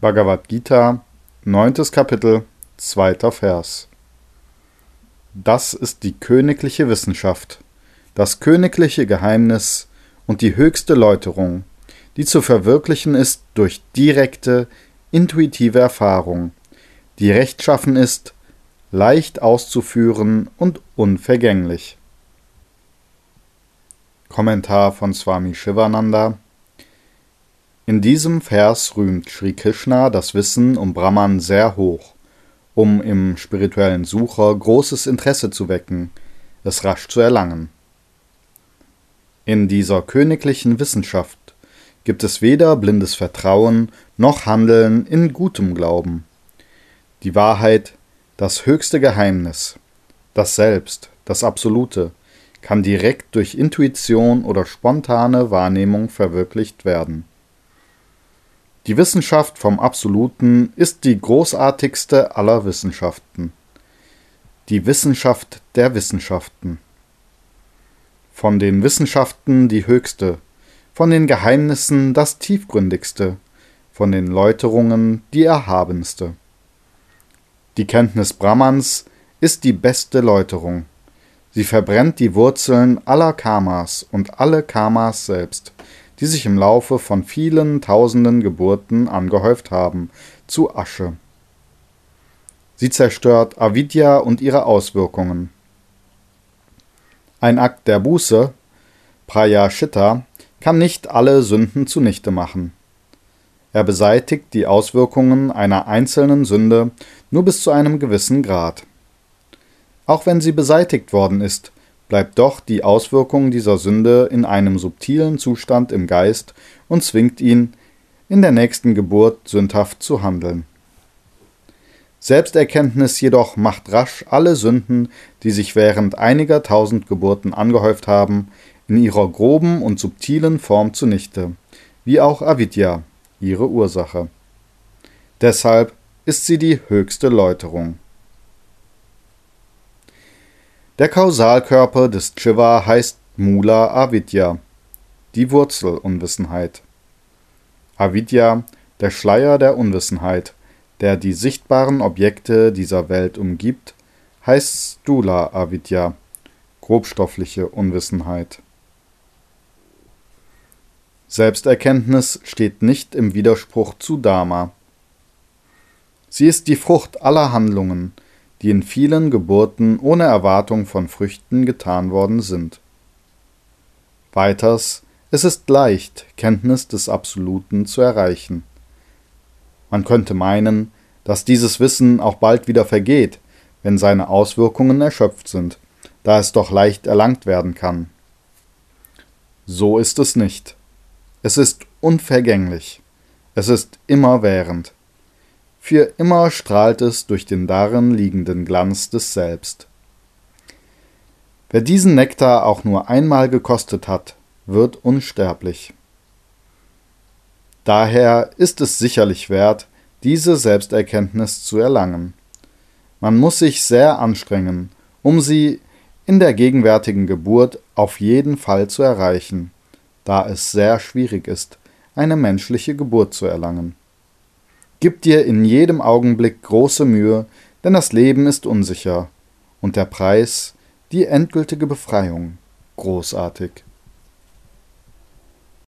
Bhagavad Gita, 9. Kapitel, 2. Vers. Das ist die königliche Wissenschaft, das königliche Geheimnis und die höchste Läuterung, die zu verwirklichen ist durch direkte, intuitive Erfahrung, die rechtschaffen ist, leicht auszuführen und unvergänglich. Kommentar von Swami Shivananda. In diesem Vers rühmt Sri Krishna das Wissen um Brahman sehr hoch, um im spirituellen Sucher großes Interesse zu wecken, es rasch zu erlangen. In dieser königlichen Wissenschaft gibt es weder blindes Vertrauen noch Handeln in gutem Glauben. Die Wahrheit, das höchste Geheimnis, das Selbst, das Absolute, kann direkt durch Intuition oder spontane Wahrnehmung verwirklicht werden. Die Wissenschaft vom Absoluten ist die großartigste aller Wissenschaften. Die Wissenschaft der Wissenschaften. Von den Wissenschaften die höchste, von den Geheimnissen das tiefgründigste, von den Läuterungen die erhabenste. Die Kenntnis Brahmans ist die beste Läuterung. Sie verbrennt die Wurzeln aller Karmas und alle Karmas selbst, die sich im Laufe von vielen tausenden Geburten angehäuft haben, zu Asche. Sie zerstört Avidya und ihre Auswirkungen. Ein Akt der Buße, Prayaschitta, kann nicht alle Sünden zunichte machen. Er beseitigt die Auswirkungen einer einzelnen Sünde nur bis zu einem gewissen Grad. Auch wenn sie beseitigt worden ist, bleibt doch die Auswirkung dieser Sünde in einem subtilen Zustand im Geist und zwingt ihn, in der nächsten Geburt sündhaft zu handeln. Selbsterkenntnis jedoch macht rasch alle Sünden, die sich während einiger tausend Geburten angehäuft haben, in ihrer groben und subtilen Form zunichte, wie auch Avidya, ihre Ursache. Deshalb ist sie die höchste Läuterung. Der Kausalkörper des Jiva heißt Mula Avidya, die Wurzelunwissenheit. Avidya, der Schleier der Unwissenheit, der die sichtbaren Objekte dieser Welt umgibt, heißt Sthula Avidya, grobstoffliche Unwissenheit. Selbsterkenntnis steht nicht im Widerspruch zu Dharma. Sie ist die Frucht aller Handlungen, die in vielen Geburten ohne Erwartung von Früchten getan worden sind. Weiters, es ist leicht, Kenntnis des Absoluten zu erreichen. Man könnte meinen, dass dieses Wissen auch bald wieder vergeht, wenn seine Auswirkungen erschöpft sind, da es doch leicht erlangt werden kann. So ist es nicht. Es ist unvergänglich. Es ist immerwährend. Für immer strahlt es durch den darin liegenden Glanz des Selbst. Wer diesen Nektar auch nur einmal gekostet hat, wird unsterblich. Daher ist es sicherlich wert, diese Selbsterkenntnis zu erlangen. Man muss sich sehr anstrengen, um sie in der gegenwärtigen Geburt auf jeden Fall zu erreichen, da es sehr schwierig ist, eine menschliche Geburt zu erlangen. Gib dir in jedem Augenblick große Mühe, denn das Leben ist unsicher und der Preis, die endgültige Befreiung, großartig.